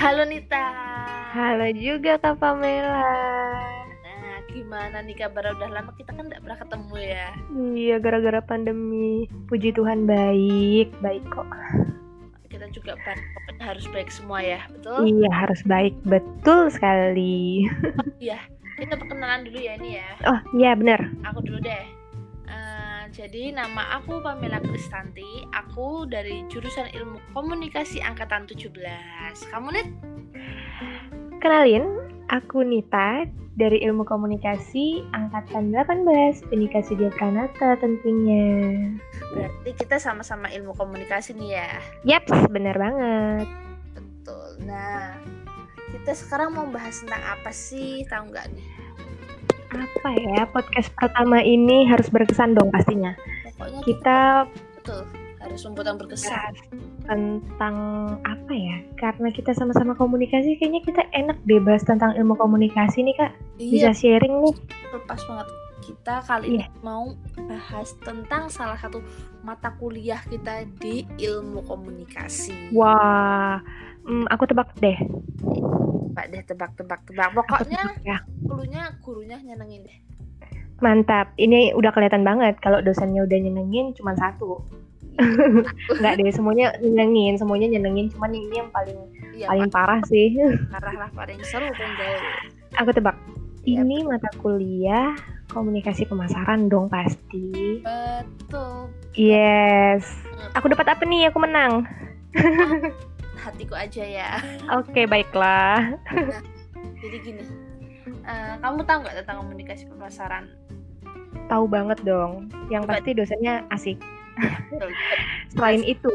Halo Nita. Halo juga Kak Pamela. Nah, gimana nih kabar? Udah lama kita kan nggak pernah ketemu ya. Iya, gara-gara pandemi. Puji Tuhan baik kok. Kita juga pokoknya harus baik semua ya, betul? Iya, harus baik, betul sekali. Iya, kita perkenalan dulu ya ini ya. Oh, iya benar. Aku dulu deh. Jadi nama aku Pamela Kristanti. Aku dari jurusan Ilmu Komunikasi angkatan 17. Kamu Nit? Kenalin, aku Nita dari Ilmu Komunikasi angkatan 18, Unika Widya Pranata tentunya. Berarti kita sama-sama ilmu komunikasi nih ya. Yaps, benar banget. Betul. Nah, kita sekarang mau bahas tentang apa sih? Tahu nggak nih? Apa ya, podcast pertama ini harus berkesan dong pastinya. Pokoknya Kita betul harus membuat yang berkesan. bahas tentang apa ya, karena kita sama-sama komunikasi, kayaknya kita enak deh bahas tentang ilmu komunikasi nih Kak. Bisa sharing nih. Pas banget. Kita kali ini mau bahas tentang salah satu mata kuliah kita di ilmu komunikasi. Wah, aku tebak deh. Tebak. Pokoknya ya. gurunya nyenengin deh. Mantap, ini udah kelihatan banget kalau dosennya udah nyenengin cuma satu. Enggak deh, semuanya nyenengin, cuman ini yang paling parah sih. Parah lah, paling seru paling jauh. Aku tebak. Ini mata kuliah komunikasi pemasaran dong pasti. Betul. Yes. Aku dapat apa nih? Aku menang. Hatiku aja ya. Oke, baiklah. Nah, jadi gini. Kamu tahu nggak tentang komunikasi pemasaran? Tahu banget dong. Yang pasti dosennya asik. Selain itu,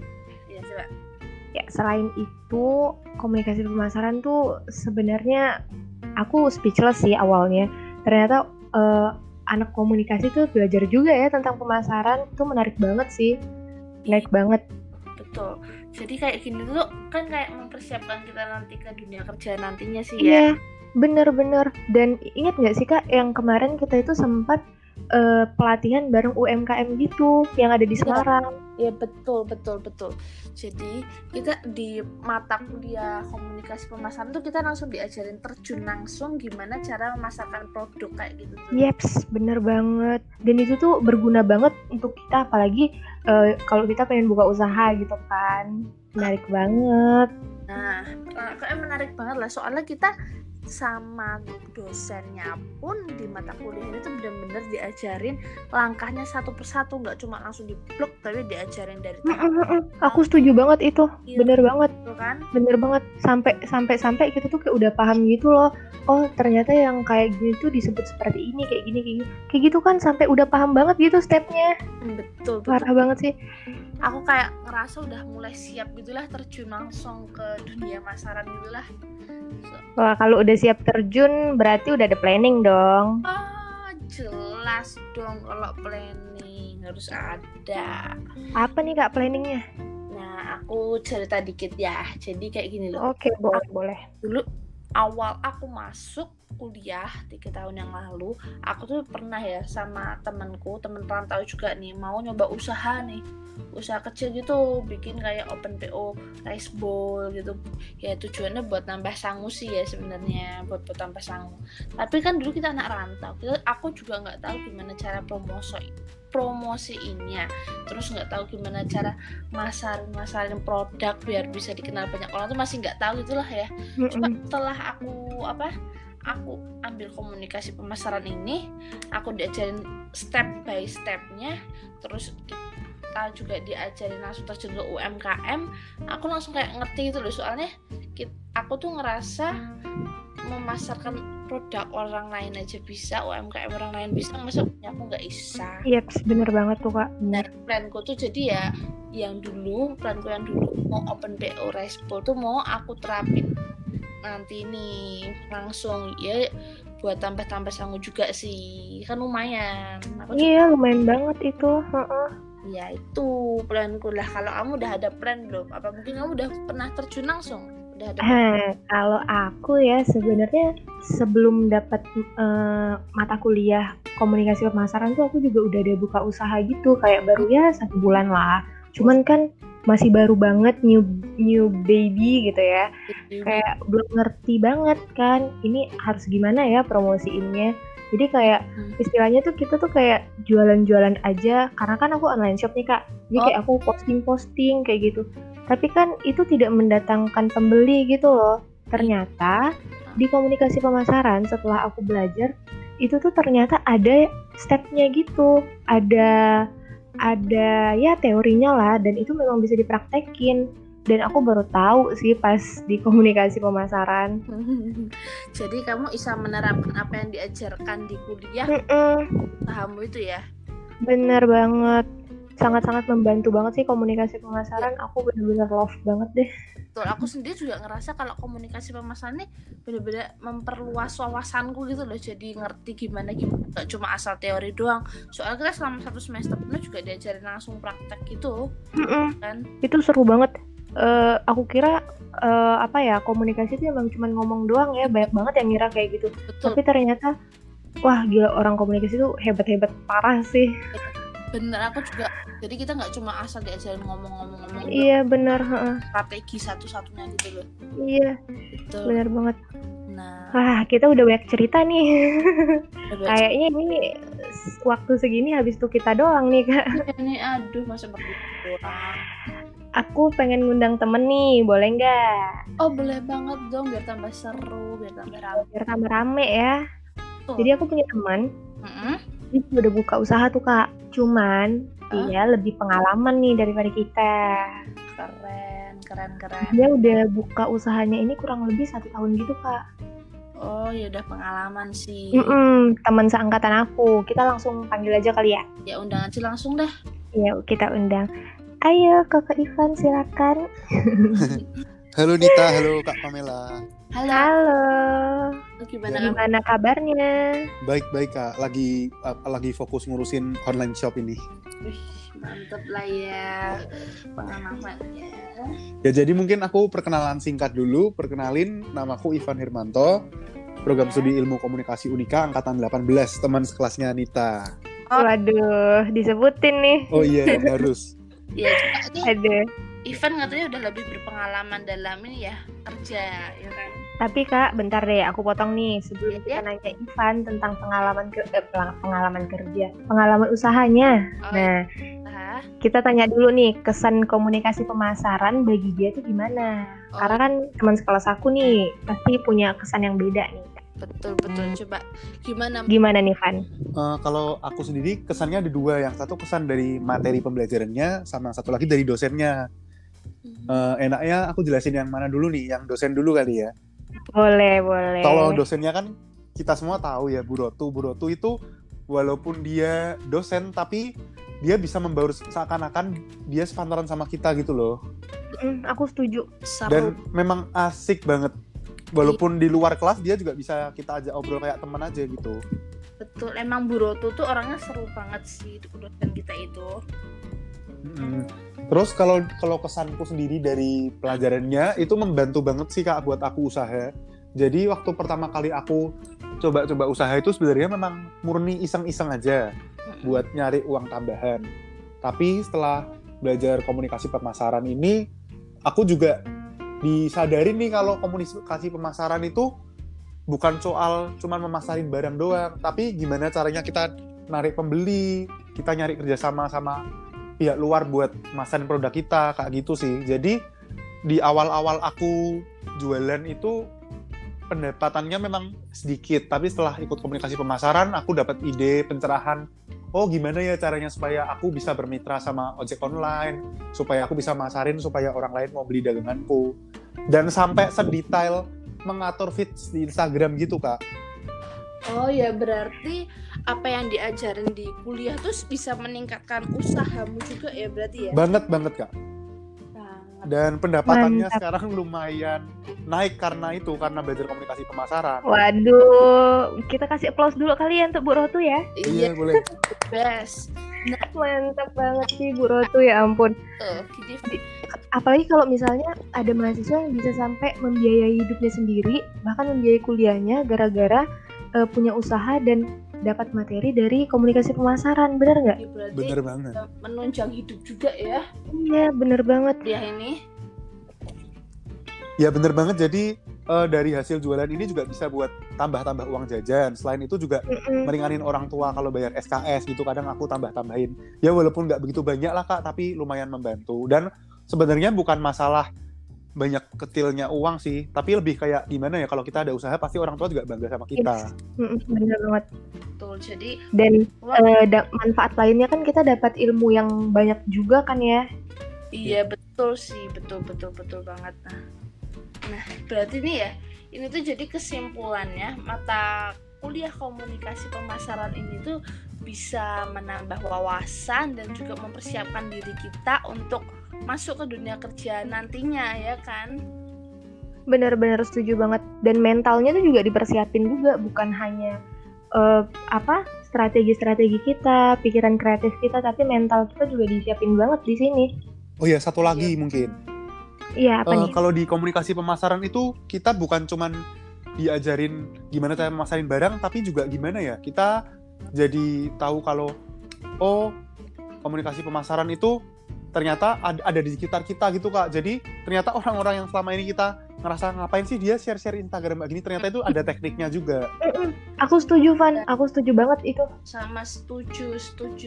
selain itu komunikasi pemasaran tuh sebenarnya aku speechless sih awalnya. Ternyata anak komunikasi tuh belajar juga ya tentang pemasaran, tuh menarik banget sih. Menarik banget. Betul. Jadi kayak gini tuh kan kayak mempersiapkan kita nanti ke dunia kerja nantinya sih ya. Iya, bener-bener. Dan ingat nggak sih Kak, yang kemarin kita itu sempat pelatihan bareng UMKM gitu yang ada di Semarang. Ya betul. Jadi kita di mata kuliah komunikasi pemasaran tuh kita langsung diajarin terjun langsung gimana cara memasarkan produk kayak gitu tuh. Yeps, bener banget. Dan itu tuh berguna banget untuk kita, apalagi kalau kita pengen buka usaha gitu kan. Menarik banget. Nah, kayak menarik banget lah, soalnya kita sama dosennya pun di mata kuliah ini tuh benar-benar diajarin langkahnya satu persatu, nggak cuma langsung diblok tapi diajarin dari Aku setuju banget itu. Bener banget. Kan? Bener banget. Sampai kita tuh kayak udah paham gitu loh. Oh, ternyata yang kayak gini tuh disebut seperti ini, kayak gini. Kayak gitu kan, sampai udah paham banget gitu stepnya. Betul. Parah banget sih. Aku kayak ngerasa udah mulai siap gitulah terjun langsung ke dunia pemasaran gitulah. Wah, kalau udah siap terjun berarti udah ada planning dong. Jelas dong, kalau planning harus ada. Apa nih Kak planningnya? Nah, aku cerita dikit ya. Jadi kayak gini loh. Oke, boleh. Dulu awal aku masuk kuliah 3 tahun yang lalu, aku tuh pernah ya sama temen perantau juga nih, mau nyoba usaha kecil gitu, bikin kayak open PO rice bowl gitu. Ya tujuannya buat nambah sangu sih ya sebenarnya, buat tambah sangu. Tapi kan dulu kita anak rantau, aku juga nggak tahu gimana cara promosiinnya, terus nggak tahu gimana cara masarin produk biar bisa dikenal banyak orang, tuh masih nggak tahu gitulah ya. Cuma setelah aku ambil komunikasi pemasaran ini, aku diajarin step by stepnya, terus kita juga diajarin langsung terjun ke UMKM, aku langsung kayak ngerti gitu loh, soalnya aku tuh ngerasa memasarkan produk orang lain aja bisa, UMKM orang lain bisa, masa punya aku nggak bisa. Iya, bener banget tuh Kak. Dan planku tuh jadi ya planku yang dulu mau open PO rice bowl tuh mau aku terapin nanti nih langsung ya, buat tambah sangu juga sih, kan lumayan. Lumayan banget itu. Ya itu planku lah. Kalau kamu udah ada plan belum? Apa mungkin kamu udah pernah terjun langsung? Kalau aku ya sebenarnya sebelum dapat mata kuliah komunikasi pemasaran tuh aku juga udah ada buka usaha gitu, kayak baru ya 1 bulan lah. Cuman kan masih baru banget, new baby gitu ya, kayak belum ngerti banget kan ini harus gimana ya promosiinnya. Jadi kayak istilahnya tuh kita tuh kayak jualan-jualan aja, karena kan aku online shop nih Kak, jadi kayak aku posting kayak gitu, tapi kan itu tidak mendatangkan pembeli gitu loh. Ternyata di komunikasi pemasaran setelah aku belajar itu tuh ternyata ada stepnya gitu, ada ya teorinya lah, dan itu memang bisa dipraktekin, dan aku baru tahu sih pas di komunikasi pemasaran. Jadi kamu bisa menerapkan apa yang diajarkan di kuliah usahamu itu ya? Bener banget, sangat-sangat membantu banget sih komunikasi pemasaran. Aku bener-bener love banget deh. Betul, aku sendiri juga ngerasa kalau komunikasi pemasaran ini bener-bener memperluas wawasanku gitu loh, jadi ngerti gimana gak cuma asal teori doang. Soalnya kita selama 1 semester penuh juga diajarin langsung praktek gitu kan. Itu seru banget. Aku kira komunikasi itu emang cuma ngomong doang ya, banyak banget yang ngira kayak gitu. Betul. Tapi ternyata wah gila, orang komunikasi itu hebat-hebat parah sih. Bener, aku juga. Jadi kita nggak cuma asal diajarin ngomong-ngomong. Iya bener. Strategi satu-satunya gitu loh. Iya. Betul. Bener banget. Nah. Wah, kita udah banyak cerita nih. Kayaknya ini waktu segini habis itu kita doang nih Kak. Ini aduh masa berdua orang. Aku pengen ngundang temen nih, boleh nggak? Oh boleh banget dong, biar tambah seru, biar tambah rame ya. Jadi aku punya teman, dia udah buka usaha tuh Kak. Cuman dia lebih pengalaman nih daripada kita. Keren. Dia udah buka usahanya ini kurang lebih 1 tahun gitu Kak. Oh ya udah pengalaman sih. Teman seangkatan aku. Kita langsung panggil aja kali ya. Ya undang aja langsung dah. Ya kita undang. Ayo Kakak Ivan silakan. Halo Nita, halo Kak Pamela. Halo. Gimana kabarnya? Baik Kak, lagi fokus ngurusin online shop ini. Wih, mantep lah ya pengalamannya. Ya jadi mungkin aku perkenalan singkat dulu. Perkenalin, namaku Ivan Hermanto, program studi ilmu komunikasi Unika angkatan 18, teman sekelasnya Nita. Waduh, disebutin nih. Oh iya, harus. Ya juga nih. Ivan katanya udah lebih berpengalaman dalam ini ya, kerja ya kan. Tapi Kak, bentar deh, aku potong nih sebelum kita nanya Ivan tentang pengalaman kerja, pengalaman usahanya. Kita tanya dulu nih, kesan komunikasi pemasaran bagi dia tuh gimana? Karena kan teman sekelas aku nih pasti punya kesan yang beda nih. Betul. Coba gimana nih Van? Kalau aku sendiri kesannya ada 2. Yang satu kesan dari materi pembelajarannya, sama satu lagi dari dosennya. Enaknya aku jelasin yang mana dulu nih? Yang dosen dulu kali ya. Boleh. Kalau dosennya kan kita semua tahu ya, Bu Rotu itu walaupun dia dosen tapi dia bisa membaur seakan-akan dia sepantaran sama kita gitu loh. Aku setuju. Dan memang asik banget. Walaupun di luar kelas dia juga bisa kita ajak obrol kayak teman aja gitu. Betul, emang Bu Rotu tuh orangnya seru banget sih, dosen kita itu. Terus kalau kesanku sendiri dari pelajarannya itu membantu banget sih Kak buat aku usaha. Jadi waktu pertama kali aku coba usaha itu sebenarnya memang murni iseng-iseng aja buat nyari uang tambahan. Tapi setelah belajar komunikasi pemasaran ini, aku juga disadarin nih kalau komunikasi pemasaran itu bukan soal cuman memasarin barang doang, tapi gimana caranya kita narik pembeli, kita nyari kerjasama sama pihak luar buat masarin produk kita, kayak gitu sih. Jadi di awal-awal aku jualan itu pendapatannya memang sedikit, tapi setelah ikut komunikasi pemasaran aku dapat ide, pencerahan, oh gimana ya caranya supaya aku bisa bermitra sama ojek online, supaya aku bisa masarin supaya orang lain mau beli daganganku, dan sampai sedetail mengatur feeds di Instagram gitu Kak. Oh ya, berarti apa yang diajarin di kuliah tuh bisa meningkatkan usahamu juga ya berarti ya? Banget Kak. Dan pendapatannya sekarang lumayan naik karena belajar komunikasi pemasaran. Waduh, kita kasih applause dulu kali ya untuk Bu Rotu ya. Iya boleh. Best. Mantap banget sih Bu Rotu, ya ampun. Apalagi kalau misalnya ada mahasiswa yang bisa sampai membiayai hidupnya sendiri, bahkan membiayai kuliahnya gara-gara punya usaha dan dapat materi dari komunikasi pemasaran, bener nggak? Ya, berarti Bener banget. menunjang hidup juga ya Iya, bener banget. dia ini. Ya bener banget, jadi dari hasil jualan ini juga bisa buat tambah-tambah uang jajan. Selain itu juga meringanin orang tua kalau bayar SKS gitu, kadang aku tambah-tambahin. Ya walaupun nggak begitu banyak lah Kak, tapi lumayan membantu. Dan sebenarnya bukan masalah banyak kecilnya uang sih, tapi lebih kayak gimana ya, kalau kita ada usaha pasti orang tua juga bangga sama kita. Bener banget. Betul. Jadi Dan manfaat lainnya kan kita dapat ilmu yang banyak juga kan ya. iya betul sih, betul banget. Nah, berarti nih ya, ini tuh jadi kesimpulannya mata kuliah komunikasi pemasaran ini tuh bisa menambah wawasan dan juga mempersiapkan diri kita untuk masuk ke dunia kerja nantinya ya kan. Benar-benar setuju banget. Dan mentalnya tuh juga dipersiapin juga, bukan hanya strategi-strategi kita, pikiran kreatif kita, tapi mental kita juga disiapin banget di sini. Oh ya, satu lagi mungkin. Iya, apa nih? Kalau di komunikasi pemasaran itu kita bukan cuman diajarin gimana cara memasarin barang, tapi juga gimana ya, kita jadi tahu kalau komunikasi pemasaran itu ternyata ada di sekitar kita gitu Kak. Jadi ternyata orang-orang yang selama ini kita ngerasa ngapain sih dia share-share Instagram kayak gini, ternyata itu ada tekniknya juga. Aku setuju Van, aku setuju banget itu. Sama setuju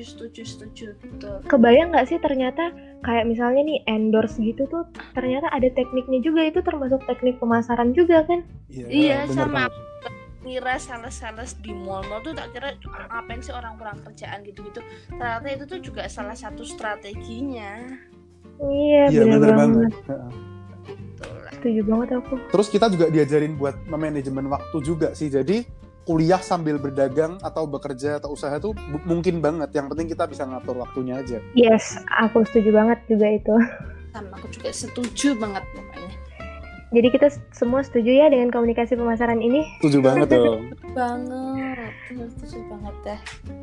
betul. Kebayang nggak sih ternyata kayak misalnya nih endorse gitu tuh ternyata ada tekniknya juga, itu termasuk teknik pemasaran juga kan? Iya, sama banget. kira sales di mall tuh tak kira ngapain sih orang kurang kerjaan gitu-gitu. Ternyata itu tuh juga salah satu strateginya. Iya, bener banget. Betul. Setuju banget aku. Terus kita juga diajarin buat manajemen waktu juga sih. Jadi kuliah sambil berdagang atau bekerja atau usaha tuh mungkin banget. Yang penting kita bisa ngatur waktunya aja. Yes, aku setuju banget juga itu. Sama aku juga setuju banget pokoknya. Jadi kita semua setuju ya dengan komunikasi pemasaran ini? Setuju banget dong. Setuju banget deh.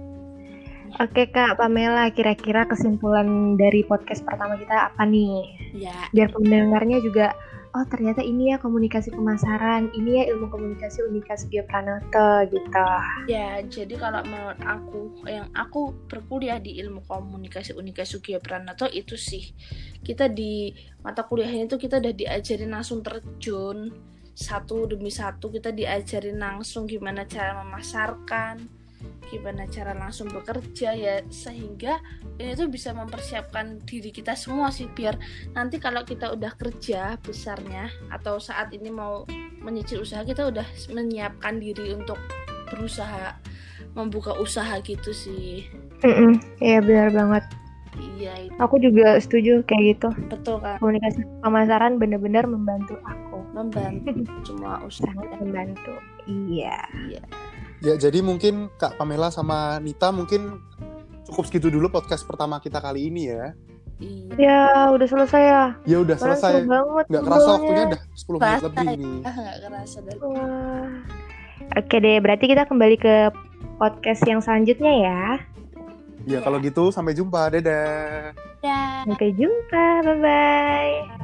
Oke Kak Pamela, kira-kira kesimpulan dari podcast pertama kita apa nih? Ya. Biar pendengarnya juga, oh ternyata ini ya komunikasi pemasaran, ini ya ilmu komunikasi Unika Sugio Pranoto gitu. Ya, jadi kalau menurut aku, yang aku berkuliah di ilmu komunikasi Unika Sugio Pranoto itu sih, kita di mata kuliah ini tuh kita udah diajarin langsung terjun satu demi satu, kita diajarin langsung gimana cara memasarkan, gimana cara langsung bekerja ya, sehingga ini tuh bisa mempersiapkan diri kita semua sih, biar nanti kalau kita udah kerja besarnya atau saat ini mau menyicil usaha, kita udah menyiapkan diri untuk berusaha membuka usaha gitu sih. Iya benar banget. Iya, aku juga setuju kayak gitu. Betul kan. Komunikasi pemasaran benar-benar membantu aku. Membantu semua usaha. Sangat membantu. Iya. Ya, jadi mungkin Kak Pamela sama Nita mungkin cukup segitu dulu podcast pertama kita kali ini ya. Iya. Ya, udah selesai ya. Ya udah selesai. Nggak kerasa waktunya udah 10 menit lebih nih. Nggak kerasa dah. Wah. Oke deh, berarti kita kembali ke podcast yang selanjutnya ya. Ya, kalau gitu sampai jumpa. Dadah. Ya. Sampai jumpa. Bye-bye.